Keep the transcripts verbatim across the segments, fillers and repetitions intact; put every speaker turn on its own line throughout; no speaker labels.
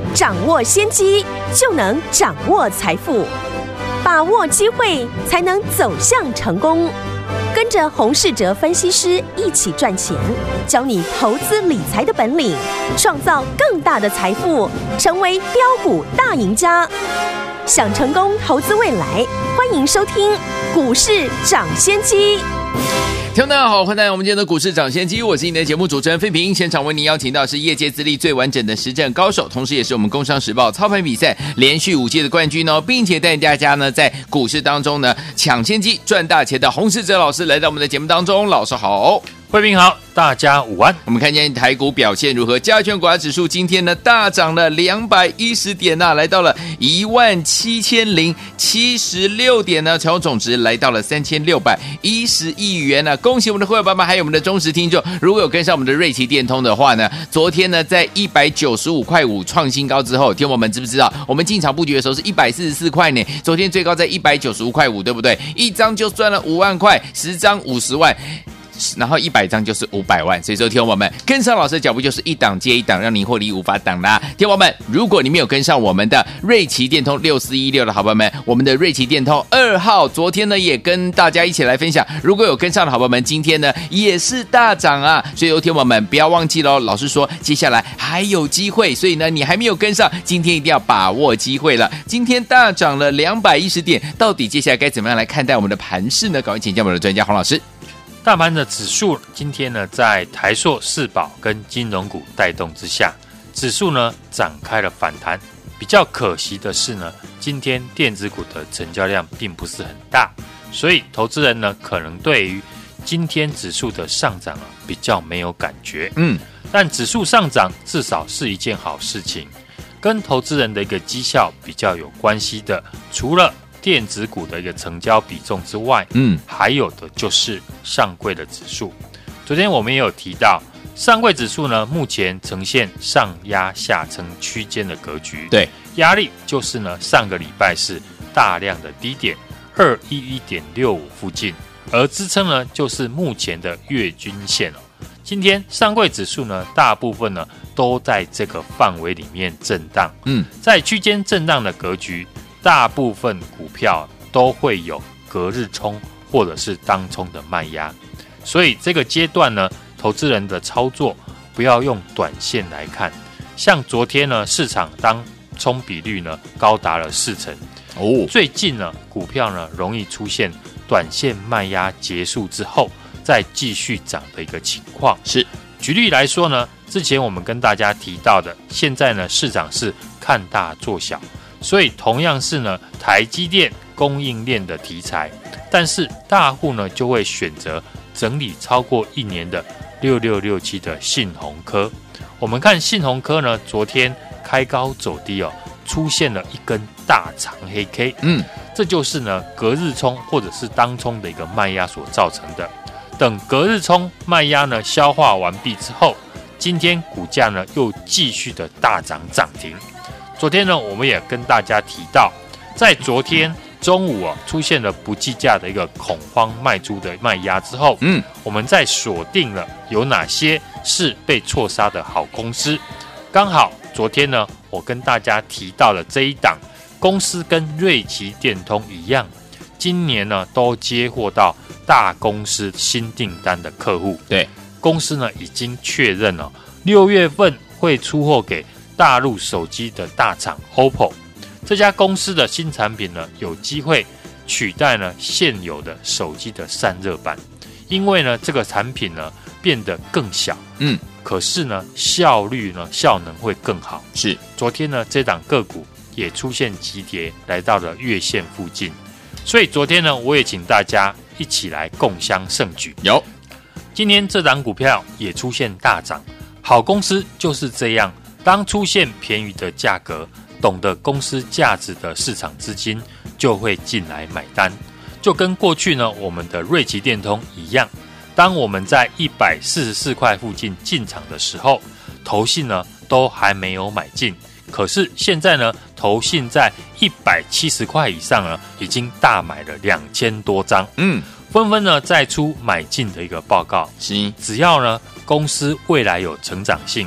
掌握先机，就能掌握财富，把握机会，才能走向成功。跟着洪士哲分析师一起赚钱，教你投资理财的本领，创造更大的财富，成为标股大赢家。想成功投资未来，欢迎收听股市涨先机。
听众大家好，欢迎来到我们今天的股市涨先机，我是你的节目主持人费平。现场为您邀请到是业界资历最完整的实战高手，同时也是我们工商时报操盘比赛连续五届的冠军哦，并且带大家呢在股市当中呢抢先机赚大钱的洪士哲老师来到我们的节目当中。老师好。
慧平好，大家午安。
我们看见台股表现如何？加权股价指数今天呢大涨了两百一十点呐、啊，来到了一万七千零七十六点呢，成交总值来到了三千六百一十亿元呢、啊。恭喜我们的会员爸爸，还有我们的忠实听众。如果有跟上我们的瑞奇电通的话呢，昨天呢在一百九十五块五创新高之后，听我们知不知道？我们进场布局的时候是一百四十四块呢，昨天最高在一百九十五块五，对不对？一张就赚了五万块，十张五十万。然后一百张就是五百万，所以说听我们跟上老师的脚步就是一档接一档，让您获利无法挡啦。听我们，如果你没有跟上我们的瑞奇电通六四一六的好朋友们，我们的瑞奇电通二号昨天呢也跟大家一起来分享，如果有跟上的好朋友们，今天呢也是大涨啊，所以听我们不要忘记咯，老师说接下来还有机会，所以呢你还没有跟上，今天一定要把握机会了。今天大涨了两百一十点，到底接下来该怎么样来看待我们的盘势呢？赶快请教我们的专家洪老师。
大盘的指数今天呢，在台塑、世宝跟金融股带动之下，指数呢展开了反弹。比较可惜的是呢，今天电子股的成交量并不是很大，所以投资人呢可能对于今天指数的上涨啊比较没有感觉。嗯，但指数上涨至少是一件好事情，跟投资人的一个绩效比较有关系的，除了电子股的一个成交比重之外，嗯，还有的就是上柜的指数。昨天我们也有提到，上柜指数呢，目前呈现上压下撑区间的格局。
对，
压力就是呢，上个礼拜是大量的低点二一一点六五附近，而支撑呢，就是目前的月均线哦。今天上柜指数呢，大部分呢都在这个范围里面震荡。嗯，在区间震荡的格局。大部分股票都会有隔日冲或者是当冲的卖压，所以这个阶段呢，投资人的操作不要用短线来看。像昨天呢，市场当冲比率呢高达了四成哦。最近呢，股票呢容易出现短线卖压结束之后再继续涨的一个情况。
是，
举例来说呢，之前我们跟大家提到的，现在呢市场是看大做小。所以同样是呢，台积电供应链的题材，但是大户呢就会选择整理超过一年的六六六七的信鸿科。我们看信鸿科呢，昨天开高走低哦，出现了一根大长黑 K， 嗯，这就是呢隔日冲或者是当冲的一个卖压所造成的。等隔日冲卖压呢消化完毕之后，今天股价呢又继续的大涨涨停。昨天呢，我们也跟大家提到，在昨天中午啊出现了不计价的一个恐慌卖出的卖压之后，嗯，我们在锁定了有哪些是被错杀的好公司。刚好昨天呢，我跟大家提到了这一档公司跟瑞奇电通一样，今年呢都接获到大公司新订单的客户。
对，
公司呢已经确认了六月份会出货给大陆手机的大厂 O P P O， 这家公司的新产品呢，有机会取代呢现有的手机的散热板，因为呢这个产品呢变得更小，嗯，可是呢效率呢效能会更好。
是，
昨天呢这档个股也出现急跌，来到了月线附近，所以昨天呢我也请大家一起来共襄盛举。
有，
今天这档股票也出现大涨，好公司就是这样。当出现便宜的价格，懂得公司价值的市场资金就会进来买单，就跟过去呢我们的瑞奇电通一样，当我们在一百四十四块附近进场的时候，投信呢都还没有买进，可是现在呢投信在一百七十块以上呢已经大买了两千多张，嗯，纷纷呢再出买进的一个报告。
是，
只要呢公司未来有成长性，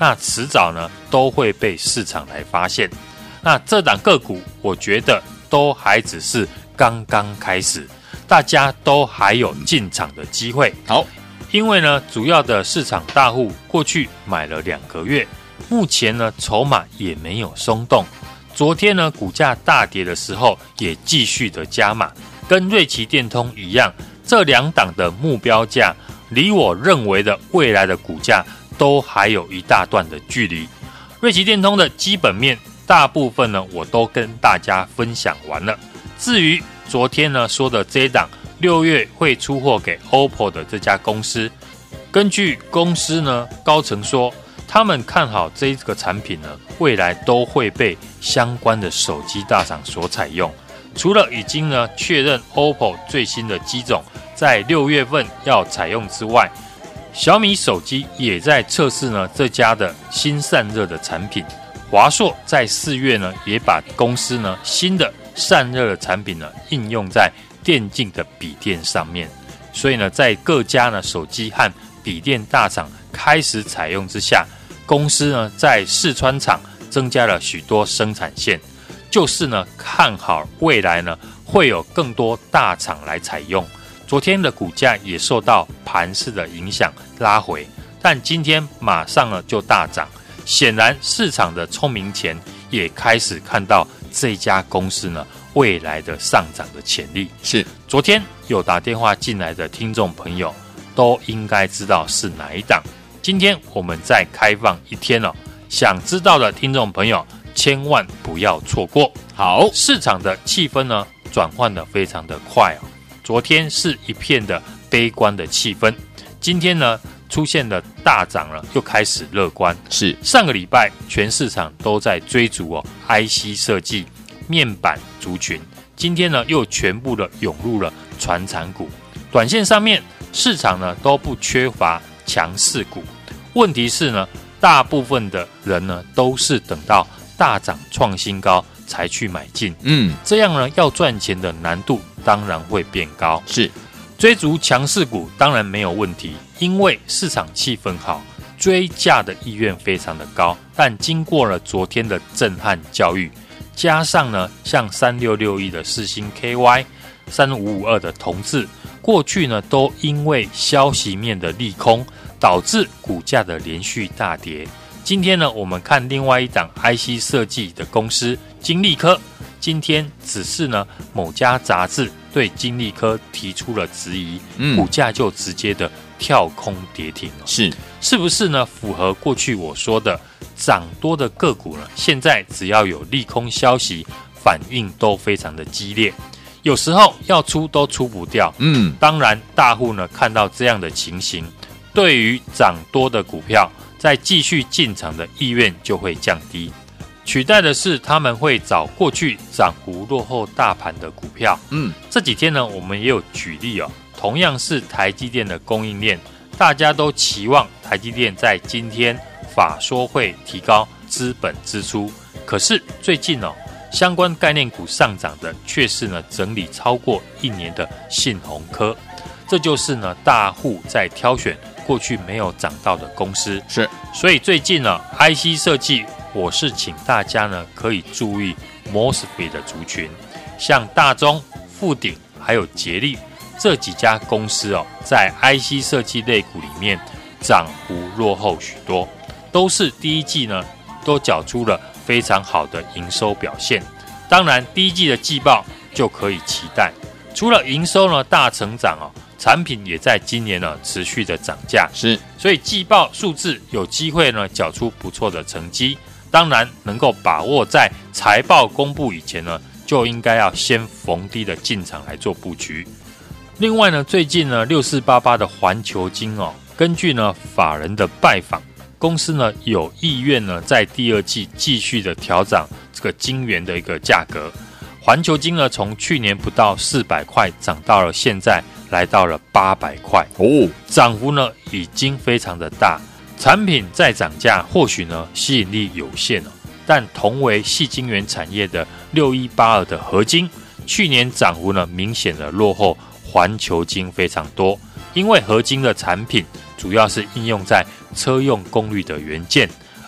那迟早呢都会被市场来发现。那这档个股我觉得都还只是刚刚开始，大家都还有进场的机会。
好，
因为呢主要的市场大户过去买了两个月，目前呢筹码也没有松动，昨天呢股价大跌的时候也继续的加码，跟瑞奇电通一样，这两档的目标价离我认为的未来的股价都还有一大段的距离。瑞奇电通的基本面大部分呢我都跟大家分享完了，至于昨天呢说的这一档六月会出货给 O P P O 的这家公司，根据公司呢高层说，他们看好这一个产品呢未来都会被相关的手机大厂所采用。除了已经呢确认 O P P O 最新的机种在六月份要采用之外，小米手机也在测试呢这家的新散热的产品。华硕在四月呢也把公司呢新的散热的产品呢应用在电竞的笔电上面，所以呢在各家呢手机和笔电大厂开始采用之下，公司呢在四川厂增加了许多生产线，就是呢看好未来呢会有更多大厂来采用。昨天的股价也受到盘势的影响拉回，但今天马上呢就大涨，显然市场的聪明钱也开始看到这家公司呢未来的上涨的潜力。
是，
昨天有打电话进来的听众朋友都应该知道是哪一档，今天我们再开放一天哦，想知道的听众朋友千万不要错过。
好，
市场的气氛呢转换得非常的快哦，昨天是一片的悲观的气氛，今天呢出现了大涨了，又开始乐观。
是，
上个礼拜全市场都在追逐哦 I C 设计面板族群，今天呢又全部的涌入了传产股。短线上面市场呢都不缺乏强势股，问题是呢大部分的人呢都是等到大涨创新高才去买进，
嗯，
这样呢要赚钱的难度当然会变高。
是，
追逐强势股当然没有问题，因为市场气氛好，追价的意愿非常的高。但经过了昨天的震撼教育，加上呢像三六六一的世芯 K Y、三五五二的同致，过去呢都因为消息面的利空，导致股价的连续大跌。今天呢我们看另外一档 I C 设计的公司金利科，今天只是呢某家杂志对金利科提出了质疑，
嗯，
股价就直接的跳空跌停了。
是，
是不是呢符合过去我说的涨多的个股呢，现在只要有利空消息，反应都非常的激烈，有时候要出都出不掉。
嗯，
当然大户呢看到这样的情形，对于涨多的股票再继续进场的意愿就会降低，取代的是他们会找过去涨幅落后大盘的股票。
嗯，
这几天呢我们也有举例哦，同样是台积电的供应链，大家都期望台积电在今天法说会提高资本支出，可是最近哦相关概念股上涨的却是呢整理超过一年的信鸿科，这就是呢大户在挑选过去没有涨到的公司。
是，
所以最近呢 I C 设计，我是请大家呢可以注意 M O S F E T 的族群，像大中、富鼎还有捷力这几家公司哦，在 I C 设计类股里面涨幅落后许多，都是第一季呢都缴出了非常好的营收表现。当然第一季的季报就可以期待，除了营收呢大成长哦，产品也在今年呢持续的涨价，
是，
所以季报数字有机会呢缴出不错的成绩。当然能够把握在财报公布以前呢，就应该要先逢低的进场来做布局。另外呢，最近呢六四八八的环球晶哦，根据呢法人的拜访，公司呢有意愿呢在第二季继续的调涨这个晶圆的一个价格。环球晶呢从去年不到四百块涨到了现在来到了八百块哦，涨幅呢已经非常的大。产品再涨价或许呢吸引力有限哦，但同为矽晶圆产业的六一八二的合晶，去年涨幅呢明显的落后环球晶非常多，因为合晶的产品主要是应用在车用功率的元件，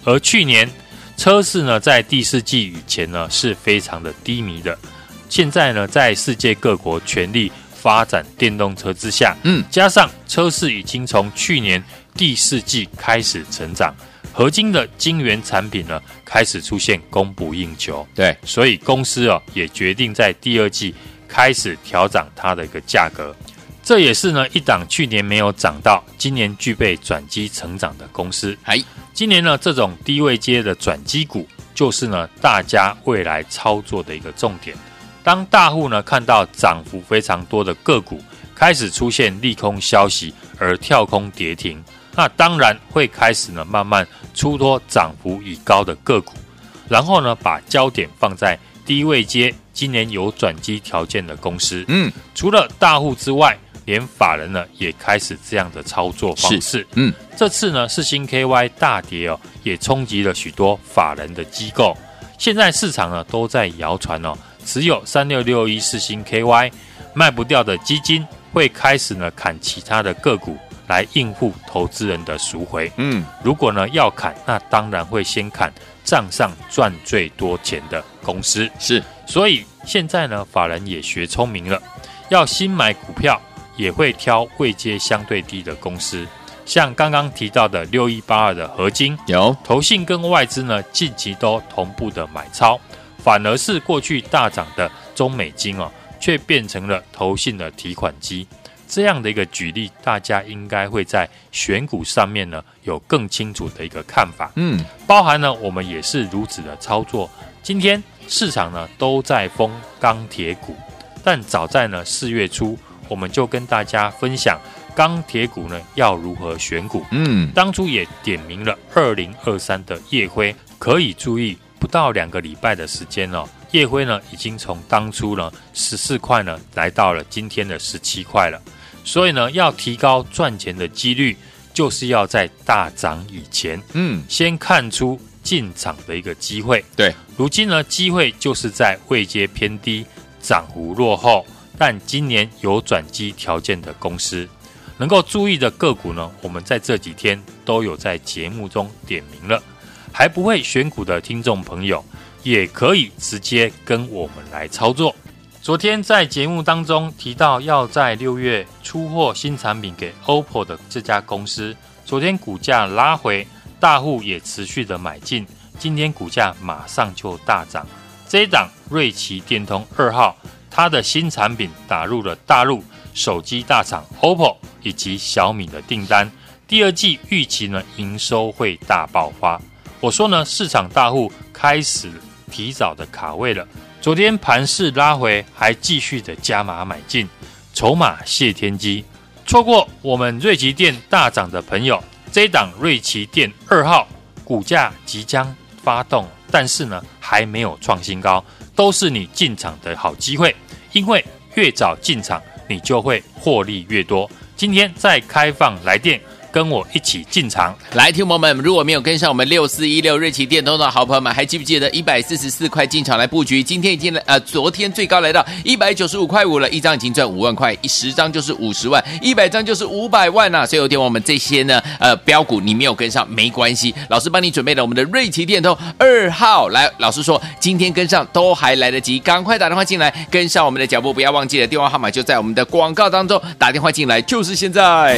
而去年车市呢，在第四季以前呢是非常的低迷的。现在呢，在世界各国全力发展电动车之下，嗯，加上车市已经从去年第四季开始成长，合金的晶圆产品呢开始出现供不应求，
对，
所以公司哦也决定在第二季开始调涨它的一个价格。这也是呢一档去年没有涨到，今年具备转机成长的公司。
嗨，
今年呢这种低位阶的转机股，就是呢大家未来操作的一个重点。当大户呢看到涨幅非常多的个股开始出现利空消息而跳空跌停，那当然会开始呢慢慢出脱涨幅已高的个股，然后呢把焦点放在低位阶今年有转机条件的公司。嗯，除了大户之外，连法人呢也开始这样的操作方式。嗯，这次呢世芯 K Y 大跌哦，也冲击了许多法人的机构。现在市场呢都在谣传哦，持有三六六一世芯 K Y 卖不掉的基金会开始呢砍其他的个股来应付投资人的赎回。嗯，如果呢要砍，那当然会先砍账上赚最多钱的公司。
是，
所以现在呢法人也学聪明了，要新买股票也会挑位阶相对低的公司。像刚刚提到的六一八二的合金，
有
投信跟外资呢近期都同步的买超，反而是过去大涨的中美金哦，却变成了投信的提款机。这样的一个举例，大家应该会在选股上面呢有更清楚的一个看法。嗯，包含呢我们也是如此的操作。今天市场呢都在封钢铁股，但早在呢四月初，我们就跟大家分享钢铁股呢要如何选股。嗯，当初也点名了二零二三的燁辉，可以注意不到两个礼拜的时间哦，燁辉呢已经从当初呢十四块呢来到了今天的十七块了。所以呢，要提高赚钱的几率，就是要在大涨以前，嗯，先看出进场的一个机会。
对，
如今呢，机会就是在位阶偏低、涨幅落后，但今年有转机条件的公司。能够注意的个股呢，我们在这几天都有在节目中点名了。还不会选股的听众朋友，也可以直接跟我们来操作。昨天在节目当中提到要在六月出货新产品给 O P P O 的这家公司，昨天股价拉回，大户也持续的买进，今天股价马上就大涨。这一档瑞奇电通二号，它的新产品打入了大陆手机大厂 O P P O 以及小米的订单，第二季预期呢营收会大爆发。我说呢，市场大户开始提早的卡位了。昨天盘势拉回，还继续的加码买进，筹码谢天机。错过我们瑞奇电大涨的朋友，这一档瑞奇电二号股价即将发动，但是呢还没有创新高，都是你进场的好机会，因为越早进场，你就会获利越多。今天再开放来电，跟我一起进场。
来，听众朋友们，如果没有跟上我们六四一六瑞奇电通的好朋友们，还记不记得一百四十四块进场来布局？今天已经呃，昨天最高来到一百九十五块五了，一张已经赚五万块，十张就是五十万，一百张就是五百万呐、啊！所以有天我们这些呢呃标股你没有跟上没关系，老师帮你准备了我们的瑞奇电通二号。来，老师说今天跟上都还来得及，赶快打电话进来跟上我们的脚步，不要忘记了电话号码就在我们的广告当中，打电话进来就是现在。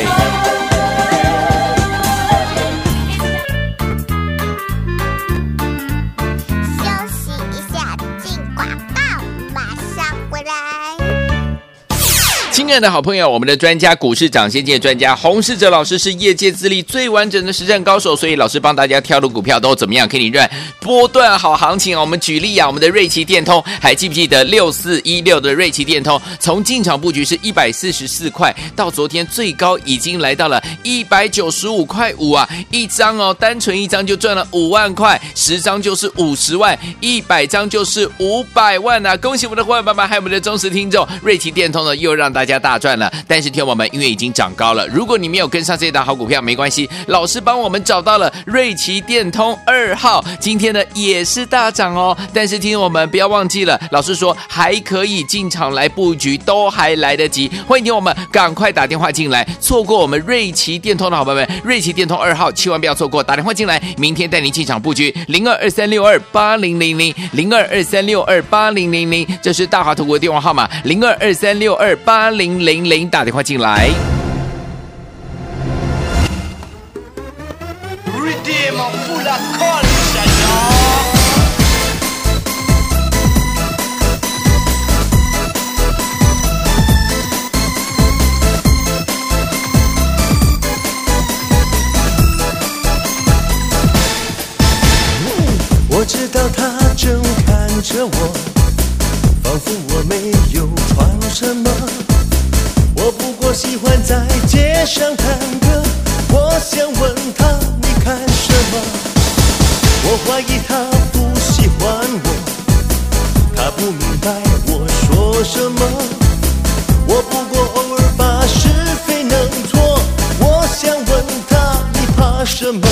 亲爱的好朋友，我们的专家股市涨先见专家洪士哲老师是业界资历最完整的实战高手，所以老师帮大家挑的股票都怎么样？给你赚波段好行情啊！我们举例啊，我们的瑞奇电通，还记不记得六四一六的瑞奇电通，从进场布局是一百四十四块，到昨天最高已经来到了一百九十五块五啊！一张哦，单纯一张就赚了五万块，十张就是五十万，一百张就是五百万啊！恭喜我们的伙伴们，还有我们的忠实听众，瑞奇电通呢又让大家家大赚了。但是听我们因为已经涨高了，如果你没有跟上这档好股票，没关系，老师帮我们找到了瑞奇电通二号，今天呢也是大涨哦。但是听我们不要忘记了，老师说还可以进场来布局，都还来得及。欢迎听我们赶快打电话进来，错过我们瑞奇电通的好朋友们，瑞奇电通二号千万不要错过，打电话进来，明天带您进场布局零二二三六二八零零零零二二三六二八零零零，这是大华投顾的电话号码零二二三六二八零零零，打电话进来。
我知道他正看着我，仿佛我没有闯什么。我不过喜欢在街上探戈，我想问他你看什么。我怀疑他不喜欢我，他不明白我说什么。我不过偶尔把是非弄错，我想问他你怕什么。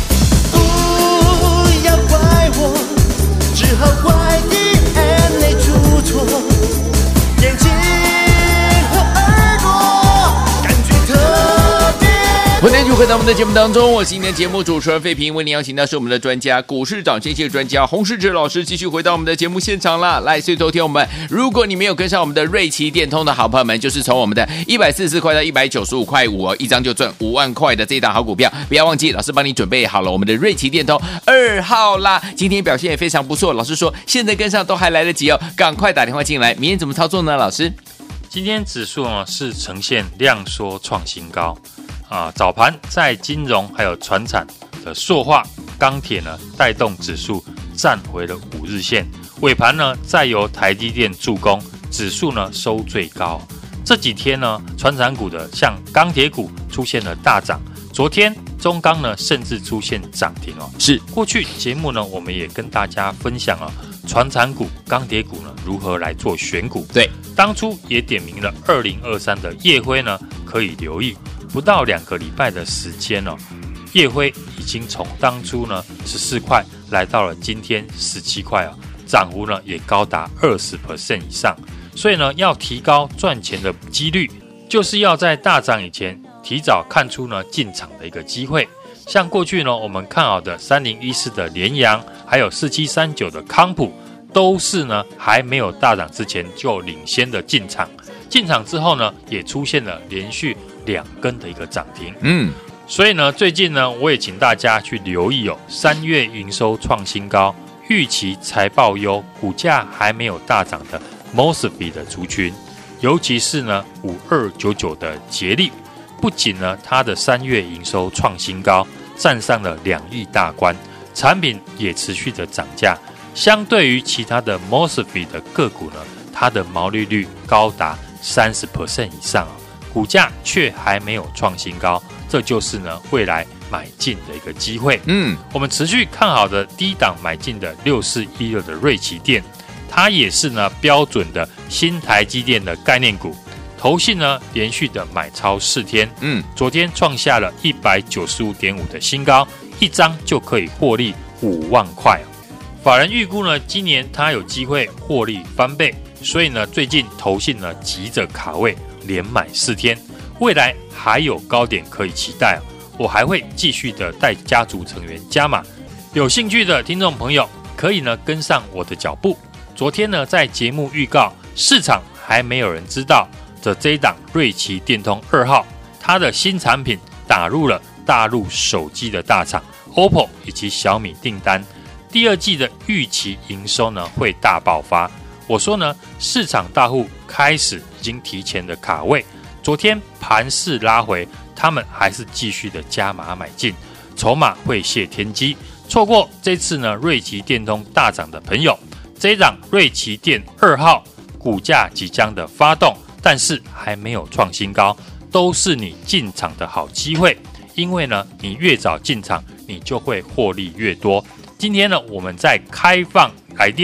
不要怪我，只好怪你眼泪出错，眼睛和耳朵感觉特别。
欢迎继续回到我们的节目当中，我是今天节目主持人费平，为您邀请到是我们的专家股市涨跌线专家洪士哲老师，继续回到我们的节目现场啦。来，所以昨天我们，如果你没有跟上我们的瑞奇电通的好朋友们，就是从我们的一百四十四块到一百九十五块五哦，一张就赚五万块的这一档好股票，不要忘记老师帮你准备好了我们的瑞奇电通二号啦。今天表现也非常不错，老师说现在跟上都还来得及哦，赶快打电话进来。明天怎么操作呢？老师，
今天指数呢是呈现量缩创新高。啊，早盘在金融还有传产的塑化、钢铁呢带动指数站回了五日线，尾盘呢再由台积电助攻，指数呢收最高。这几天呢，传产股的像钢铁股出现了大涨，昨天中钢呢甚至出现涨停哦。
是
过去节目呢，我们也跟大家分享了传产股、钢铁股呢如何来做选股。
对，
当初也点名了二零二三的燁辉呢可以留意。不到两个礼拜的时间哦，燁辉已经从当初呢十四块来到了今天十七块哦，涨幅呢也高达二十 percent 以上。所以呢，要提高赚钱的几率，就是要在大涨以前提早看出呢进场的一个机会。像过去呢，我们看好的三零一四的联阳，还有四七三九的康普，都是呢还没有大涨之前就领先的进场。进场之后呢，也出现了连续两根的一个涨停。嗯，所以呢，最近呢，我也请大家去留意哦，三月营收创新高，预期财报优，股价还没有大涨的 M O S F E T 的族群，尤其是呢五二九九的捷力，不仅呢它的三月营收创新高，站上了两亿大关，产品也持续的涨价，相对于其他的 M O S F E T 的个股呢，它的毛利率高达 百分之三十 以上啊，股价却还没有创新高，这就是呢未来买进的一个机会。嗯，我们持续看好的低档买进的六四一六的瑞奇电，它也是呢标准的新台积电的概念股，投信呢连续的买超四天，嗯，昨天创下了一百九十五点五的新高，一张就可以获利五万块。法人预估呢，今年它有机会获利翻倍。所以呢，最近投信呢急着卡位，连买四天，未来还有高点可以期待、哦。我还会继续的带家族成员加码，有兴趣的听众朋友可以呢跟上我的脚步。昨天呢在节目预告，市场还没有人知道的这一档瑞奇电通二号，它的新产品打入了大陆手机的大厂 O P P O 以及小米订单，第二季的预期营收呢会大爆发。我说呢，市场大户开始已经提前的卡位，昨天盘势拉回，他们还是继续的加码买进，筹码会泄天机。错过这次呢瑞奇电通大涨的朋友，这一档瑞奇电二号股价即将的发动，但是还没有创新高，都是你进场的好机会。因为呢，你越早进场，你就会获利越多。今天呢，我们在开放来电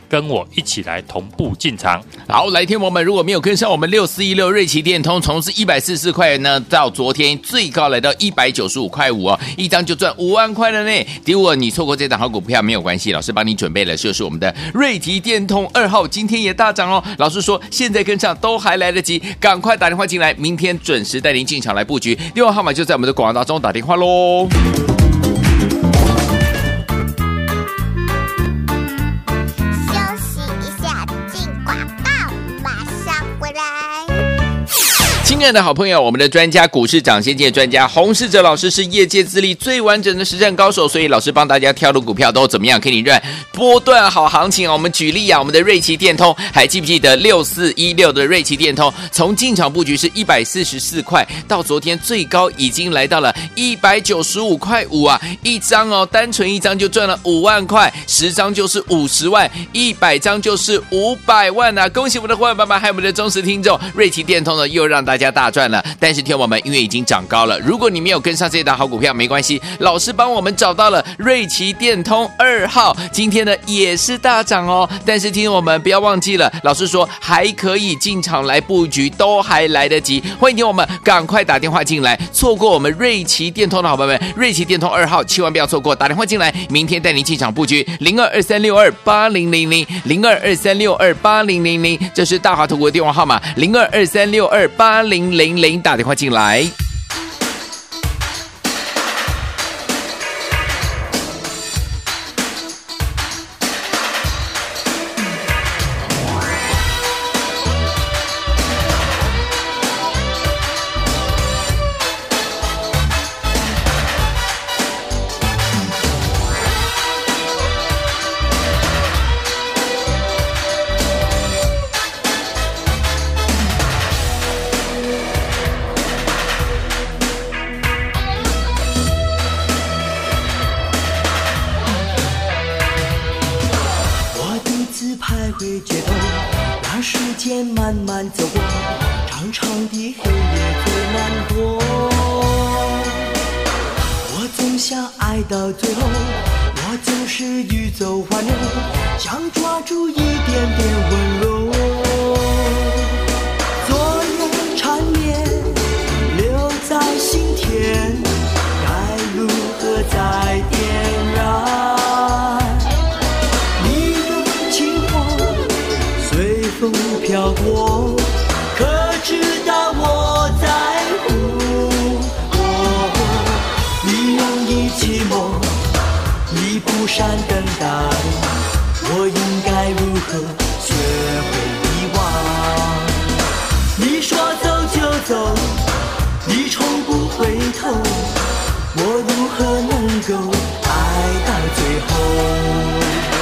跟我一起来同步进场。
好，来听我们如果没有跟上我们六四一六瑞奇电通，从是一百四十四块呢，到昨天最高来到一百九十五块五哦，一张就赚五万块了呢。如果你错过这档好股票没有关系，老师帮你准备了，就是我们的瑞奇电通二号，今天也大涨哦。老师说现在跟上都还来得及，赶快打电话进来，明天准时带您进场来布局。电话号码就在我们的广告当中打电话喽。亲爱的好朋友，我们的专家股市涨先见专家洪士哲老师是业界资历最完整的实战高手，所以老师帮大家挑的股票都怎么样？可以赚波段好行情啊！我们举例啊，我们的瑞奇电通，还记不记得六四一六的瑞奇电通，从进场布局是一百四十四块，到昨天最高已经来到了一百九十五块五啊！一张哦，单纯一张就赚了五万块，十张就是五十万，一百张就是五百万啊！恭喜我们的伙伴们，还有我们的忠实听众，瑞奇电通呢又让大家大赚了。但是听我们因为已经涨高了，如果你没有跟上这档好股票没关系，老师帮我们找到了瑞奇电通二号，今天呢也是大涨哦。但是听我们不要忘记了，老师说还可以进场来布局，都还来得及。欢迎听我们赶快打电话进来，错过我们瑞奇电通的好朋友们，瑞奇电通二号千万不要错过，打电话进来，明天带您进场布局零二二三六二八零零零零二二三六二八零零零，这是大华投顾的电话号码零二二三六二八零零零，打电话进来。
回街头，让时间慢慢走过，长长的黑夜最难过。我总想爱到最后，我总是欲走还留，想抓住一点点温柔。昨夜缠绵留在心田，该如何再点燃？风飘过，可知道我在乎？哦，你容易寂寞，你不善等待，我应该如何学会遗忘？你说走就走，你从不回头，我如何能够爱到最后？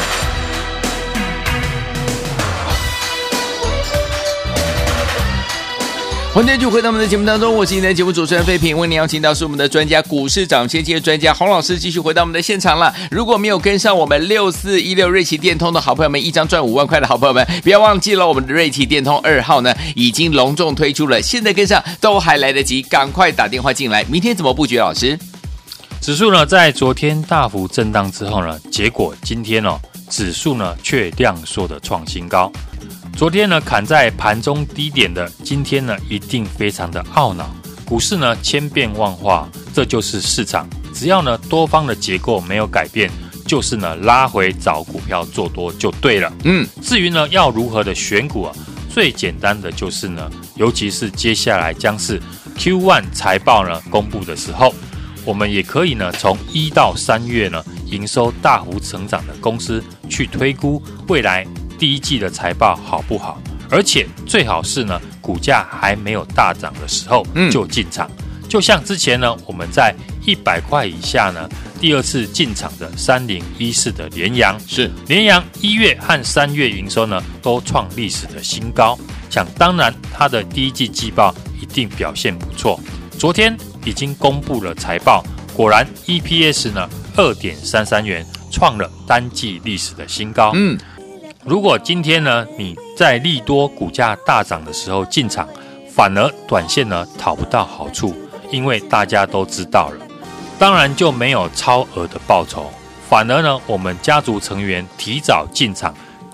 欢迎继续回到我们的节目当中，我是您的节目主持人费平，为您邀请到是我们的专家股市涨先机专家洪老师，继续回到我们的现场了。如果没有跟上我们六四一六瑞奇电通的好朋友们，一张赚五万块的好朋友们，不要忘记了我们的瑞奇电通二号呢已经隆重推出了，现在跟上都还来得及，赶快打电话进来。明天怎么布局？老师，
指数呢在昨天大幅震荡之后呢，结果今天哦指数呢却量缩的创新高。昨天呢砍在盘中低点的，今天呢一定非常的懊恼。股市呢千变万化，这就是市场。只要呢多方的结构没有改变，就是呢拉回找股票做多就对了。嗯，至于呢要如何的选股啊，最简单的就是呢，尤其是接下来将是 Q 一 财报呢公布的时候，我们也可以呢从一到三月呢营收大幅成长的公司去推估未来第一季的财报好不好，而且最好是呢股价还没有大涨的时候就进场。嗯，就像之前呢我们在一百块以下呢第二次进场的三零一四的联阳，是联阳一月和三月营收呢都创历史的新高，想当然它的第一季季报一定表现不错。昨天已经公布了财报，果然 E P S 呢 二点三三元，创了单季历史的新高。嗯，如果今天呢你在利多股价大涨的时候进场，反而短线呢讨不到好处，因为大家都知道了，当然就没有超额的报酬，反而呢我们家族成员提早进场，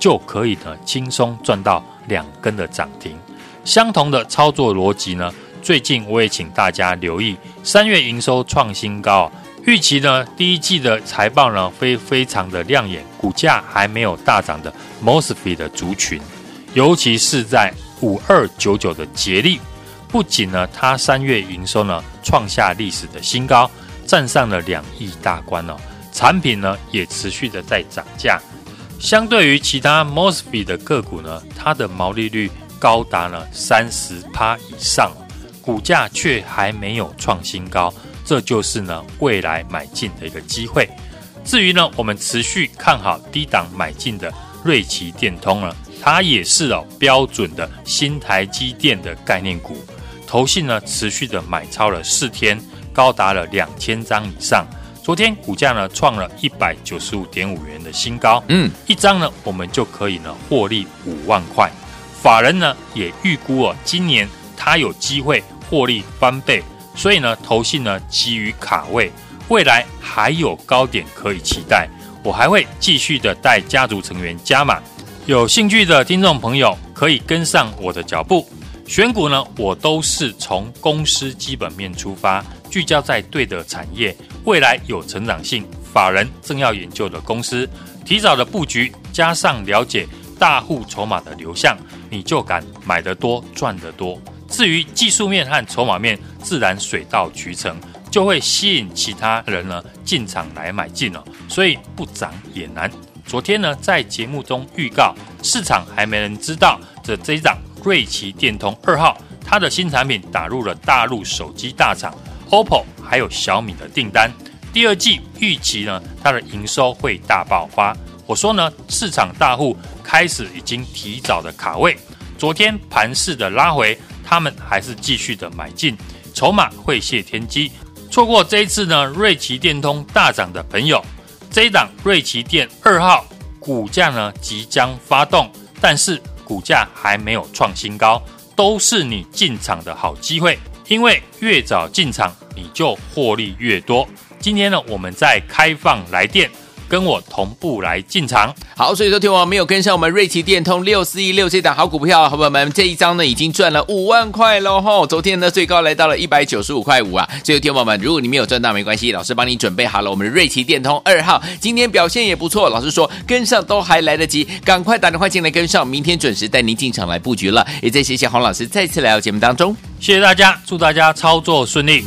就可以呢轻松赚到两根的涨停。相同的操作逻辑呢，最近我也请大家留意三月营收创新高，预期呢第一季的财报呢非非常的亮眼，股价还没有大涨的 M O S F E T 的族群，尤其是在五二九九的捷力，不仅呢它三月营收呢创下历史的新高，站上了两亿大关哦，产品呢也持续的在涨价。相对于其他 M O S F E T 的个股呢，它的毛利率高达呢 百分之三十 以上，股价却还没有创新高，这就是呢未来买进的一个机会。至于呢我们持续看好低档买进的瑞奇电通呢，它也是哦标准的新台积电的概念股，投信呢持续的买超了四天，高达了两千张以上。昨天股价呢创了一百九十五点五元的新高，嗯，一张呢我们就可以呢获利五万块。法人呢也预估哦，今年它有机会获利翻倍，所以呢投信呢急于卡位，未来还有高点可以期待。我还会继续的带家族成员加码，有兴趣的听众朋友可以跟上我的脚步。选股呢我都是从公司基本面出发，聚焦在对的产业，未来有成长性，法人正要研究的公司，提早的布局，加上了解大户筹码的流向，你就敢买得多赚得多。至于技术面和筹码面，自然水到渠成，就会吸引其他人呢进场来买进了，所以不涨也难。昨天呢在节目中预告，市场还没人知道这这一档瑞奇电通二号，它的新产品打入了大陆手机大厂 O P P O 还有小米的订单，第二季预期呢它的营收会大爆发。我说呢市场大户开始已经提早的卡位，昨天盘势的拉回，他们还是继续的买进，筹码会泄天机。错过这一次呢瑞奇电通大涨的朋友，这一档瑞奇电二号股价呢即将发动，但是股价还没有创新高，都是你进场的好机会，因为越早进场你就获利越多。今天呢我们在开放来电，跟我同步来进场。
好，所以说听我没有跟上我们瑞奇电通六四一六这档好股票，好朋友们，这一张呢已经赚了五万块喽吼！昨天呢最高来到了一百九十五块五啊。所以听我们，如果你没有赚到没关系，老师帮你准备好了我们的瑞奇电通二号，今天表现也不错，老师说跟上都还来得及，赶快打电话进来跟上，明天准时带您进场来布局了。也再谢谢黄老师再次来到节目当中，
谢谢大家，祝大家操作顺利。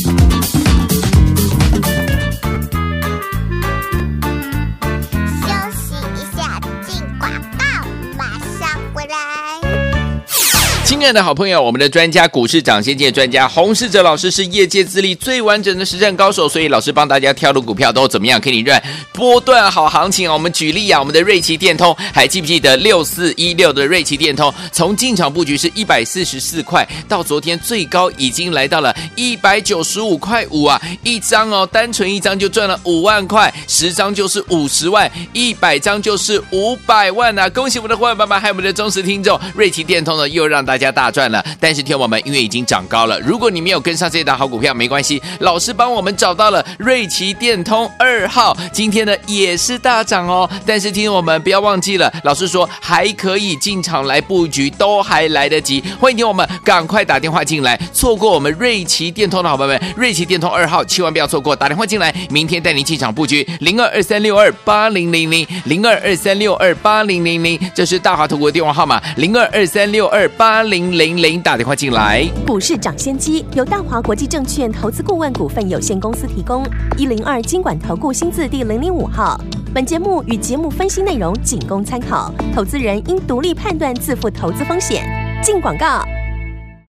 亲爱的好朋友，我们的专家股市涨先见专家洪士哲老师是业界资历最完整的实战高手，所以老师帮大家挑的股票都怎么样可以赚波段好行情啊。我们举例啊，我们的瑞奇电通，还记不记得六四一六的瑞奇电通，从进场布局是一百四十四块，到昨天最高已经来到了一百九十五块五啊，一张哦，单纯一张就赚了五万块，十张就是五十万，一百张就是五百万啊！恭喜我们的伙伴们，还有我们的忠实听众，瑞奇电通呢又让大家大赚了。但是听我们因为已经涨高了，如果你没有跟上这档好股票没关系，老师帮我们找到了瑞奇电通二号，今天呢也是大涨哦。但是听我们不要忘记了，老师说还可以进场来布局，都还来得及。欢迎听我们赶快打电话进来，错过我们瑞奇电通的好朋友们，瑞奇电通二号千万不要错过，打电话进来，明天带您进场布局零二二三六二八零零零零二二三六二八零零零，这是大华投顾的电话号码零二二三六二八零零零，打电话进来。
股市涨先机由大华国际证券投资顾问股份有限公司提供，一零二金管投顾新字第零零五号。本节目与节目分析内容仅供参考，投资人应独立判断，自负投资风险。进广告。